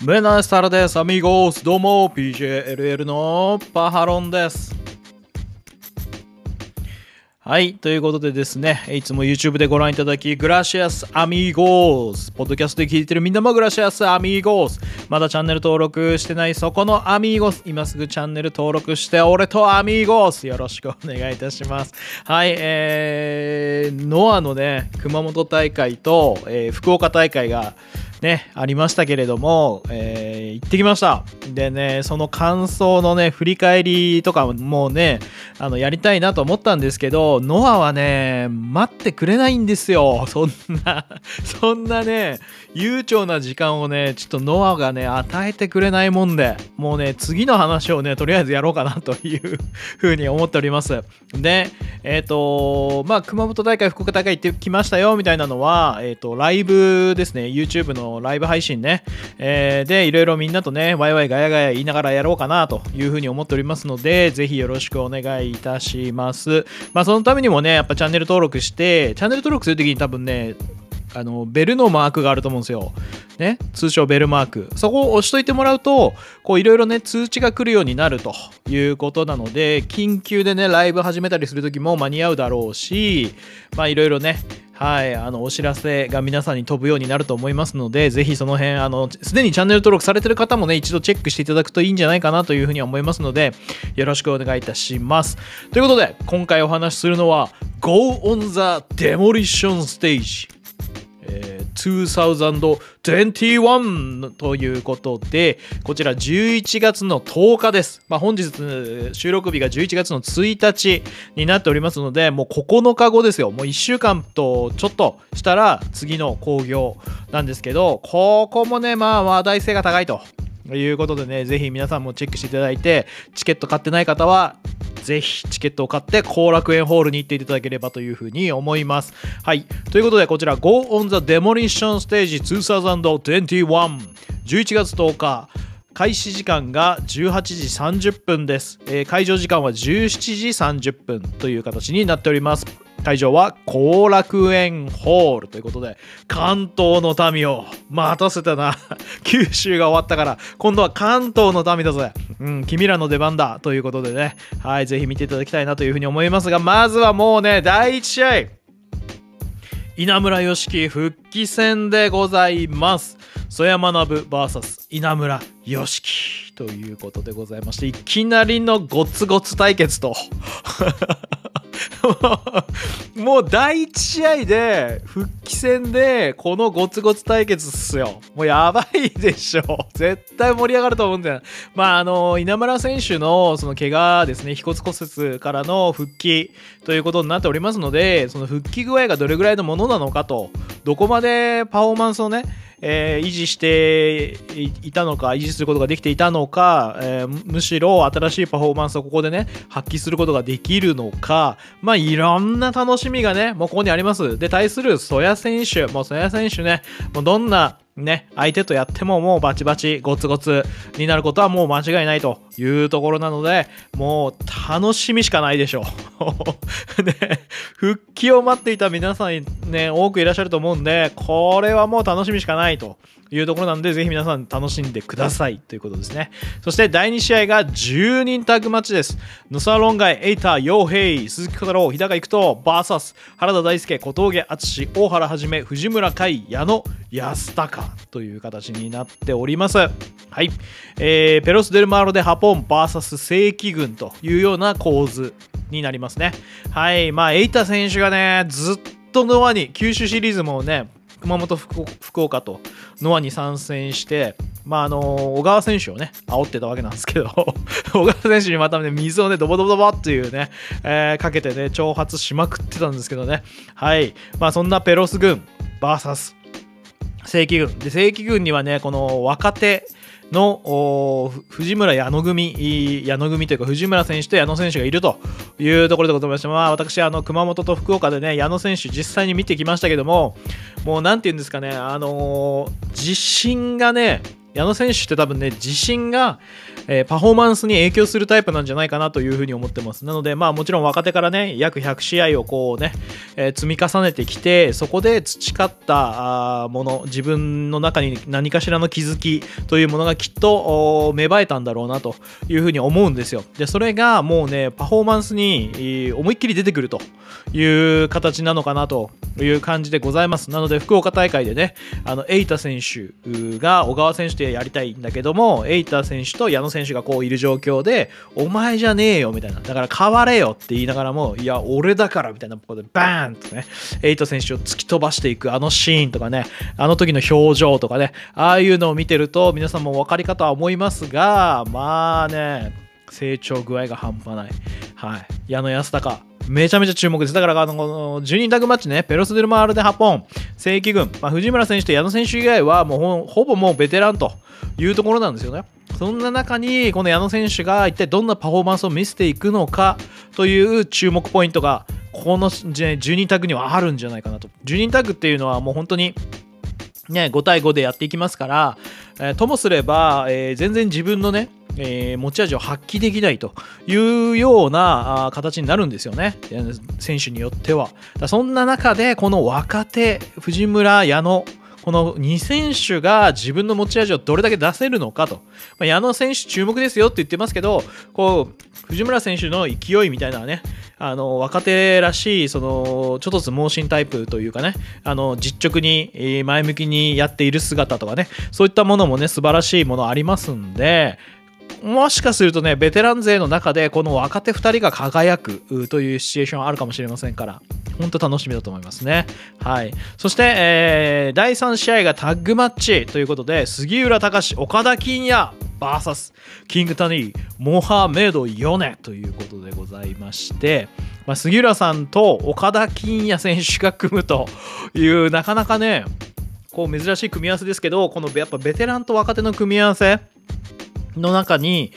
ブエナスタラです、アミーゴス。どうも PJLL のパハロンです。はい、ということでですね、いつも YouTube でご覧いただきグラシアスアミーゴース、ポッドキャストで聞いてるみんなもグラシアスアミーゴース、まだチャンネル登録してないそこのアミーゴス、今すぐチャンネル登録して俺とアミーゴース、よろしくお願いいたします。はい、ノアのね熊本大会と、福岡大会がね、ありましたけれども、行ってきました。でね、その感想のね、振り返りとかもね、やりたいなと思ったんですけど、ノアはね、待ってくれないんですよ。そんなね、悠長な時間をね、ちょっとノアがね、与えてくれないもんで、もうね、次の話をね、とりあえずやろうかなというふうに思っております。で、熊本大会、福岡大会行ってきましたよ、みたいなのは、ライブですね、YouTube のライブ配信ね、でいろいろみんなとねワイワイガヤガヤ言いながらやろうかなというふうに思っておりますので、ぜひよろしくお願いいたします。そのためにもねやっぱチャンネル登録して、チャンネル登録するときに多分ねベルのマークがあると思うんですよ。ね、通称ベルマーク。そこを押しといてもらうと、いろいろね、通知が来るようになるということなので、緊急でね、ライブ始めたりするときも間に合うだろうし、いろいろね、はい、お知らせが皆さんに飛ぶようになると思いますので、ぜひその辺、すでにチャンネル登録されてる方もね、一度チェックしていただくといいんじゃないかなというふうに思いますので、よろしくお願いいたします。ということで、今回お話しするのは、Go on the Demolition Stage。2021ということで、こちら11月の10日です。本日収録日が11月の1日になっておりますので、もう9日後ですよ。もう1週間とちょっとしたら次の興行なんですけど、ここもね話題性が高いということでね、ぜひ皆さんもチェックしていただいて、チケット買ってない方はぜひチケットを買って後楽園ホールに行っていただければというふうに思います。はい。ということで、こちら Go on the Demolition Stage 2021 11月10日、開始時間が18時30分です。会場時間は17時30分という形になっております。会場は後楽園ホールということで、関東の民を待たせたな。九州が終わったから今度は関東の民だぜ。君らの出番だということでね、はい、ぜひ見ていただきたいなというふうに思いますが、まずはもうね、第1試合、稲村良樹復帰戦でございます。曽山学 VS 稲村良樹ということでございまして、いきなりのゴツゴツ対決ともう第1試合で復帰戦でこのゴツゴツ対決っすよ。もうやばいでしょ。絶対盛り上がると思うんだよ。稲村選手のその怪我ですね、腓骨骨折からの復帰ということになっておりますので、その復帰具合がどれぐらいのものなのかと、どこまでパフォーマンスをね維持していたのか、維持することができていたのか、むしろ新しいパフォーマンスをここでね発揮することができるのか、いろんな楽しみがねもうここにあります。で、対する曽谷選手、もう曽谷選手ね、もうどんなね相手とやってももうバチバチゴツゴツになることはもう間違いないというところなので、もう楽しみしかないでしょう。ね、復帰を待っていた皆さんね多くいらっしゃると思うんで、これはもう楽しみしかないというところなので、ぜひ皆さん楽しんでくださいということですね。そして第2試合が10人タッグマッチです。野沢論外、エイター、陽平、鈴木小太郎、日高育人 VS 原田大輔、小峠敦、大原はじめ、藤村海、矢野安高という形になっております。はい、ペロス・デルマーロでハポン VS 正規軍というような構図になりますね。はい、エイタ選手がねずっとノアに、九州シリーズもね熊本、福岡とノアに参戦して、小川選手をね煽ってたわけなんですけど小川選手にまたね水をねドボドボドボっていうね、かけてね挑発しまくってたんですけどね。はい、そんなペロス軍 VS 正規軍で、正規軍にはねこの若手の藤村矢野組というか藤村選手と矢野選手がいるというところでございまして、私熊本と福岡でね矢野選手実際に見てきましたけども、もうなんていうんですかね、自信がね矢野選手って多分ね、自信が、パフォーマンスに影響するタイプなんじゃないかなというふうに思ってます。なので、まあもちろん若手からね、約100試合をこうね、積み重ねてきて、そこで培ったもの、自分の中に何かしらの気づきというものがきっと芽生えたんだろうなというふうに思うんですよ。で、それがもうね、パフォーマンスに思いっきり出てくるという形なのかなという感じでございます。なので、福岡大会でね、エイタ選手が小川選手とやりたいんだけども、エイタ選手と矢野選手がこういる状況で、お前じゃねえよみたいな、だから変われよって言いながらも、いや俺だからみたいなことでバーンとね、エイタ選手を突き飛ばしていくあのシーンとかね、あの時の表情とかね、ああいうのを見てると皆さんもお分かりかとは思いますが、まあね、成長具合が半端ない。はい、矢野安隆めちゃめちゃ注目です。だから10人タッグマッチね、ペロスデルマールで8本正規軍、藤村選手と矢野選手以外はもうほぼもうベテランというところなんですよね。そんな中にこの矢野選手が一体どんなパフォーマンスを見せていくのかという注目ポイントがこの10人タッグにはあるんじゃないかなと。10人タッグっていうのはもう本当にね、5対5でやっていきますから、ともすれば、全然自分のね、持ち味を発揮できないというような形になるんですよね、選手によっては。そんな中でこの若手藤村矢野この2選手が自分の持ち味をどれだけ出せるのかと。矢野選手注目ですよって言ってますけど、こう藤村選手の勢いみたいなね、若手らしいちょっとずつ盲信タイプというかね、実直に前向きにやっている姿とかね、そういったものもね素晴らしいものありますんで、もしかするとねベテラン勢の中でこの若手2人が輝くというシチュエーションあるかもしれませんから、本当楽しみだと思いますね。はい。そして、第3試合がタッグマッチということで、杉浦隆、岡田金也 VS キングタニーモハメドヨネということでございまして、杉浦さんと岡田金也選手が組むというなかなかねこう珍しい組み合わせですけど、このやっぱベテランと若手の組み合わせの中に、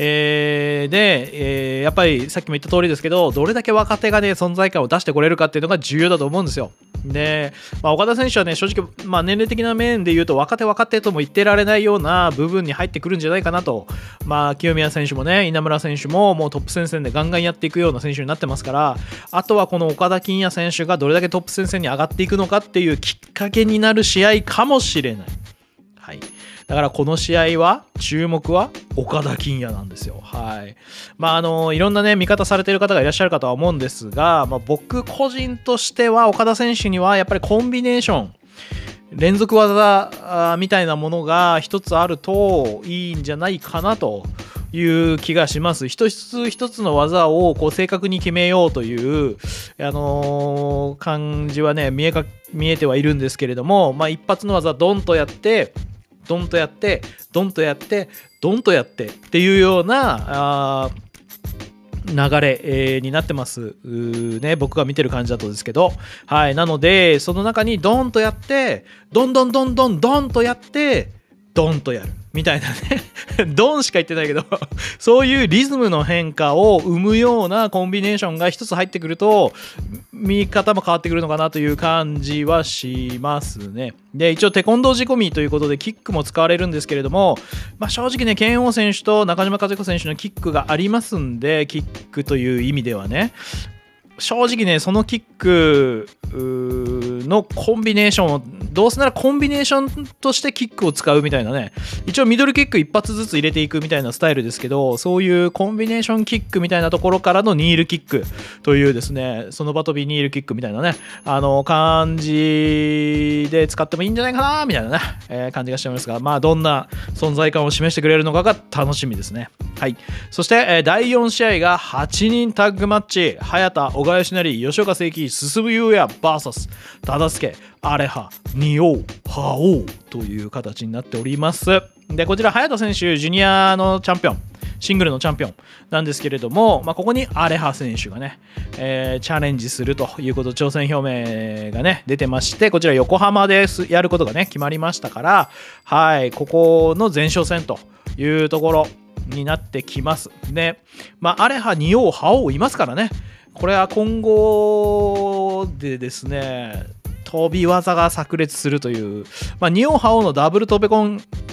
やっぱりさっきも言った通りですけど、どれだけ若手がね存在感を出してこれるかっていうのが重要だと思うんですよ。で、岡田選手はね正直、年齢的な面で言うと若手とも言ってられないような部分に入ってくるんじゃないかなと。清宮選手もね稲村選手ももうトップ戦線でガンガンやっていくような選手になってますから、あとはこの岡田金也選手がどれだけトップ戦線に上がっていくのかっていうきっかけになる試合かもしれない。はい。だからこの試合は注目は岡田金也なんですよ。はい。いろんなね見方されている方がいらっしゃるかとは思うんですが、僕個人としては岡田選手にはやっぱりコンビネーション連続技みたいなものが一つあるといいんじゃないかなという気がします。一つ一つの技をこう正確に決めようという、感じはね見えてはいるんですけれども、一発の技ドンとやってドンとやってドンとやってドンとやってっていうような流れ、になってますね、僕が見てる感じだとですけど、はい。なのでその中にドンとやってドンドンドンドンドンとやってドンとやるみたいなねドンしか言ってないけどそういうリズムの変化を生むようなコンビネーションが一つ入ってくると見方も変わってくるのかなという感じはしますね。で、一応テコンドー仕込みということでキックも使われるんですけれども、正直ね拳王選手と中島和彦選手のキックがありますんで、キックという意味ではね正直ねそのキックのコンビネーションをどうせならコンビネーションとしてキックを使うみたいなね、一応ミドルキック一発ずつ入れていくみたいなスタイルですけど、そういうコンビネーションキックみたいなところからのニールキックというですね、その場飛びニールキックみたいなね感じで使ってもいいんじゃないかなみたいなね、感じがしてますが、どんな存在感を示してくれるのかが楽しみですね。はい。そして、第4試合が8人タッグマッチ、早田小川義成吉岡聖輝進優也 VS 忠助アレハ仁王覇王という形になっております。で、こちら早田選手ジュニアのチャンピオン、シングルのチャンピオンなんですけれども、ここにアレハ選手がね、チャレンジするということ挑戦表明がね出てまして、こちら横浜でやることがね決まりましたから、はい、ここの前哨戦というところになってきます。で、アレハ仁王覇王いますからね、これは今後でですね飛び技が炸裂するという、仁王覇王のダブルトベコン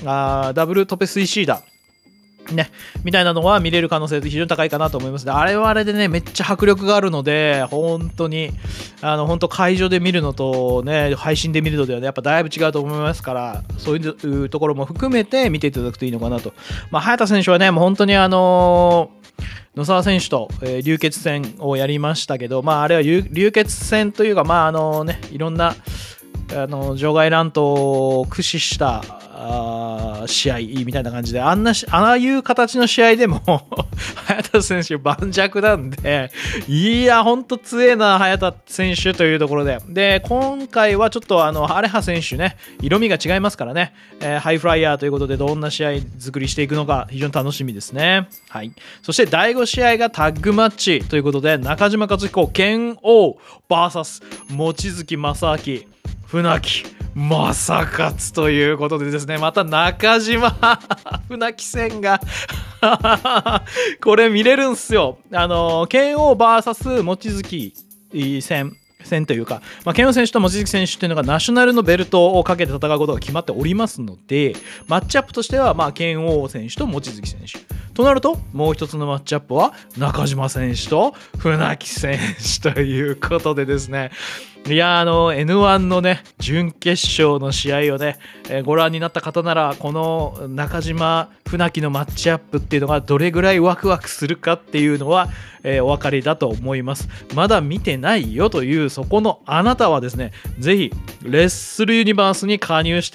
ダブルトペスイシーダね、みたいなのは見れる可能性非常に高いかなと思います。で、あれはあれでね、めっちゃ迫力があるので、本当に、本当会場で見るのとね、配信で見るのではね、やっぱだいぶ違うと思いますから、そういうところも含めて見ていただくといいのかなと。早田選手はね、もう本当に野沢選手と、流血戦をやりましたけど、あれは流血戦というか、いろんな、場外乱闘を駆使した試合みたいな感じで、ああいう形の試合でも早田選手盤石なんで、いやほんと強えな早田選手というところで、今回はちょっとアレハ選手ね、色味が違いますからね、ハイフライヤーということでどんな試合作りしていくのか非常に楽しみですね。はい。そして第5試合がタッグマッチということで、中島克彦拳王 VS 望月正明船木正勝ということでですね、また中島船木戦がこれ見れるんすよ。拳王 VS 望月戦というか、拳王選手と望月選手というのがナショナルのベルトをかけて戦うことが決まっておりますので、マッチアップとしては拳王選手と望月選手となると、もう一つのマッチアップは中島選手と船木選手ということでですね、いやN1 のね準決勝の試合をね、ご覧になった方なら、この中島船木のマッチアップっていうのがどれぐらいワクワクするかっていうのは、お分かりだと思います。まだ見てないよというそこのあなたはですね、ぜひレッスルユニバースに加入して、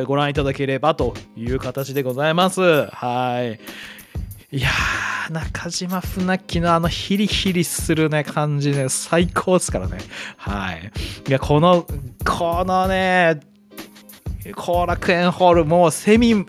ご覧いただければという形でございます。はい。いやー、中島船木のヒリヒリするね感じね、最高ですからね。はい。いや、このね、後楽園ホール、もうセミ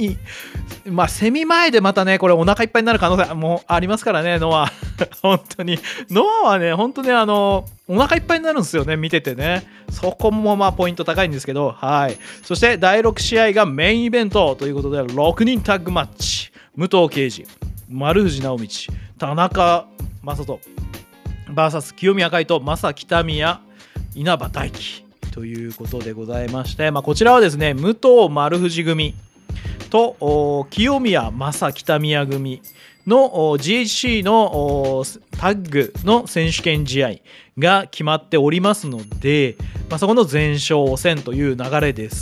前でまたね、これお腹いっぱいになる可能性もありますからね、ノア。本当に。ノアはね、本当にお腹いっぱいになるんですよね、見ててね。そこもポイント高いんですけど、はい。そして第6試合がメインイベントということで、6人タッグマッチ。武藤敬司、丸藤直道、田中将人 VS 清宮海斗、正北宮、稲葉大輝ということでございまして、こちらはですね、武藤丸藤組と清宮正北宮組の GHC のタッグの選手権試合が決まっておりますので、そこの前哨戦という流れです。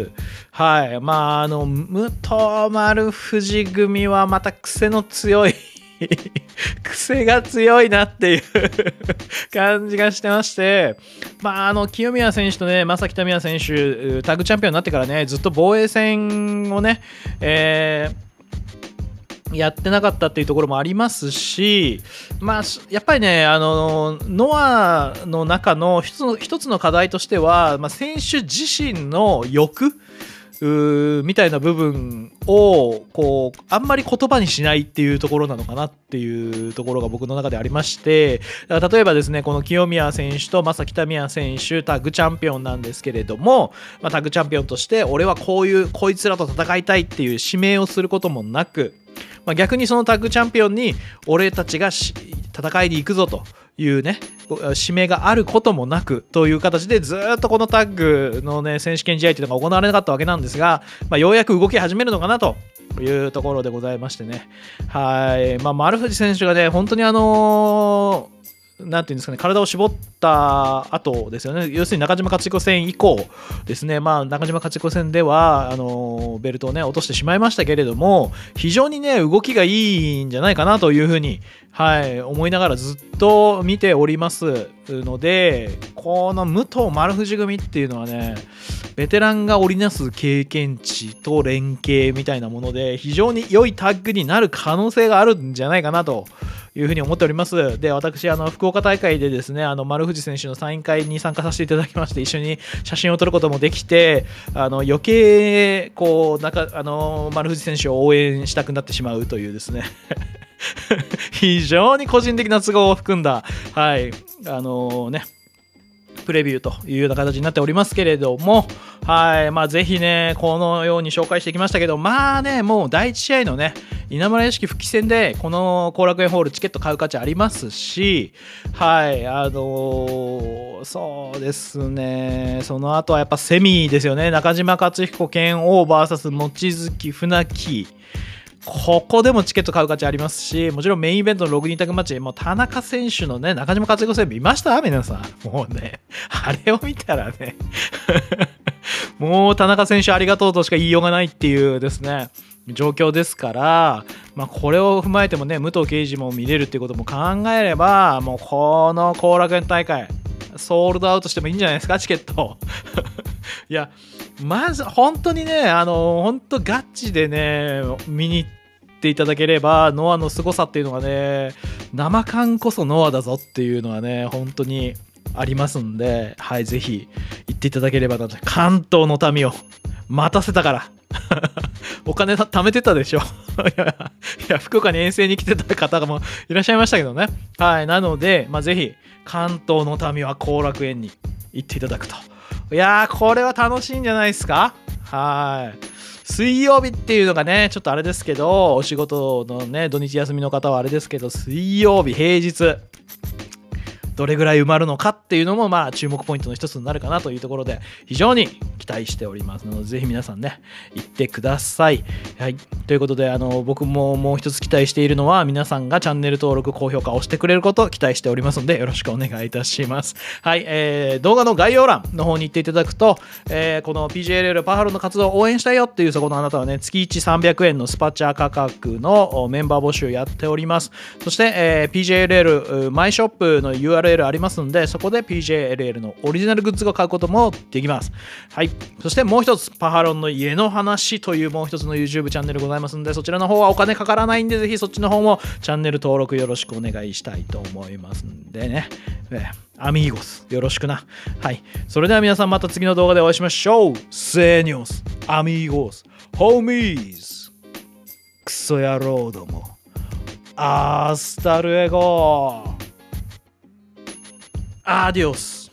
はい。武藤丸藤組はまた癖の強い癖が強いなっていう感じがしてまして、清宮選手とね、正北宮選手、タッグチャンピオンになってからね、ずっと防衛戦をね、やってなかったっていうところもありますし、やっぱりね、ノアの中の一つの課題としては、選手自身の欲みたいな部分をあんまり言葉にしないっていうところなのかなっていうところが僕の中でありまして、例えばですね、この清宮選手と正北宮選手タッグチャンピオンなんですけれども、タッグチャンピオンとして俺はこいつらと戦いたいっていう指名をすることもなく、逆にそのタッグチャンピオンに俺たちが戦いに行くぞというね、指名があることもなくという形でずっとこのタッグのね選手権試合というのが行われなかったわけなんですが、ようやく動き始めるのかなというところでございましてね。はい。丸藤選手がね、本当になんていうんですかね、体を絞った後ですよね。要するに中島勝彦戦以降ですね。中島勝彦戦ではベルトをね落としてしまいましたけれども、非常にね動きがいいんじゃないかなというふうに、思いながらずっと見ておりますので、この武藤丸藤組っていうのはね、ベテランが織りなす経験値と連携みたいなもので、非常に良いタッグになる可能性があるんじゃないかなというふうに思っております。で、私福岡大会でですね、丸藤選手のサイン会に参加させていただきまして、一緒に写真を撮ることもできて、余計丸藤選手を応援したくなってしまうというですね非常に個人的な都合を含んだ、プレビューというような形になっておりますけれども、ぜひね、このように紹介してきましたけど、もう第1試合のね、 稲村屋敷復帰戦でこの後楽園ホールチケット買う価値ありますし、はい、そうですね、その後はやっぱセミですよね。中島克彦剣王 VS 望月船木、ここでもチケット買う価値ありますし、もちろんメインイベントの6人タッグマッチ、もう田中選手のね、中島克彦戦見ました皆さん。もうね、あれを見たらね、もう田中選手ありがとうとしか言いようがないっていうですね、状況ですから、これを踏まえてもね、武藤敬司も見れるっていうことも考えれば、もうこの後楽園大会、ソールドアウトしてもいいんじゃないですか、チケット。いや、まず本当にね、本当ガチでね、見に行っていただければ、ノアの凄さっていうのがね、生感こそノアだぞっていうのはね、本当にありますんで、はい、ぜひ行っていただければなと。関東の民を待たせたから。お金貯めてたでしょ。いや、福岡に遠征に来てた方もいらっしゃいましたけどね。はい、なので、ぜひ、関東の民は後楽園に行っていただくと。いやー、これは楽しいんじゃないですか。はい。水曜日っていうのがね、ちょっとあれですけど、お仕事のね、土日休みの方はあれですけど、水曜日、平日、どれぐらい埋まるのかっていうのも注目ポイントの一つになるかなというところで非常に期待しておりますので、ぜひ皆さんね行ってください。はい、ということで僕ももう一つ期待しているのは、皆さんがチャンネル登録高評価をしてくれることを期待しておりますので、よろしくお願いいたします。はい、動画の概要欄の方に行っていただくと、この PJLL パワハロの活動を応援したいよっていうそこのあなたはね、月1300円のスパチャ価格のメンバー募集やっております。そして、PJLL マイショップの URLありますので、そこで PJLL のオリジナルグッズを買うこともできます。はい。そしてもう一つ、パハロンの家の話というもう一つの YouTube チャンネルございますので、そちらの方はお金かからないんで、ぜひそっちの方もチャンネル登録よろしくお願いしたいと思いますんでね。アミーゴス、よろしくな。はい。それでは皆さんまた次の動画でお会いしましょう。セーニョス、アミーゴス、ホーミーズ、クソ野郎ども。アースタルエゴ。Adiós.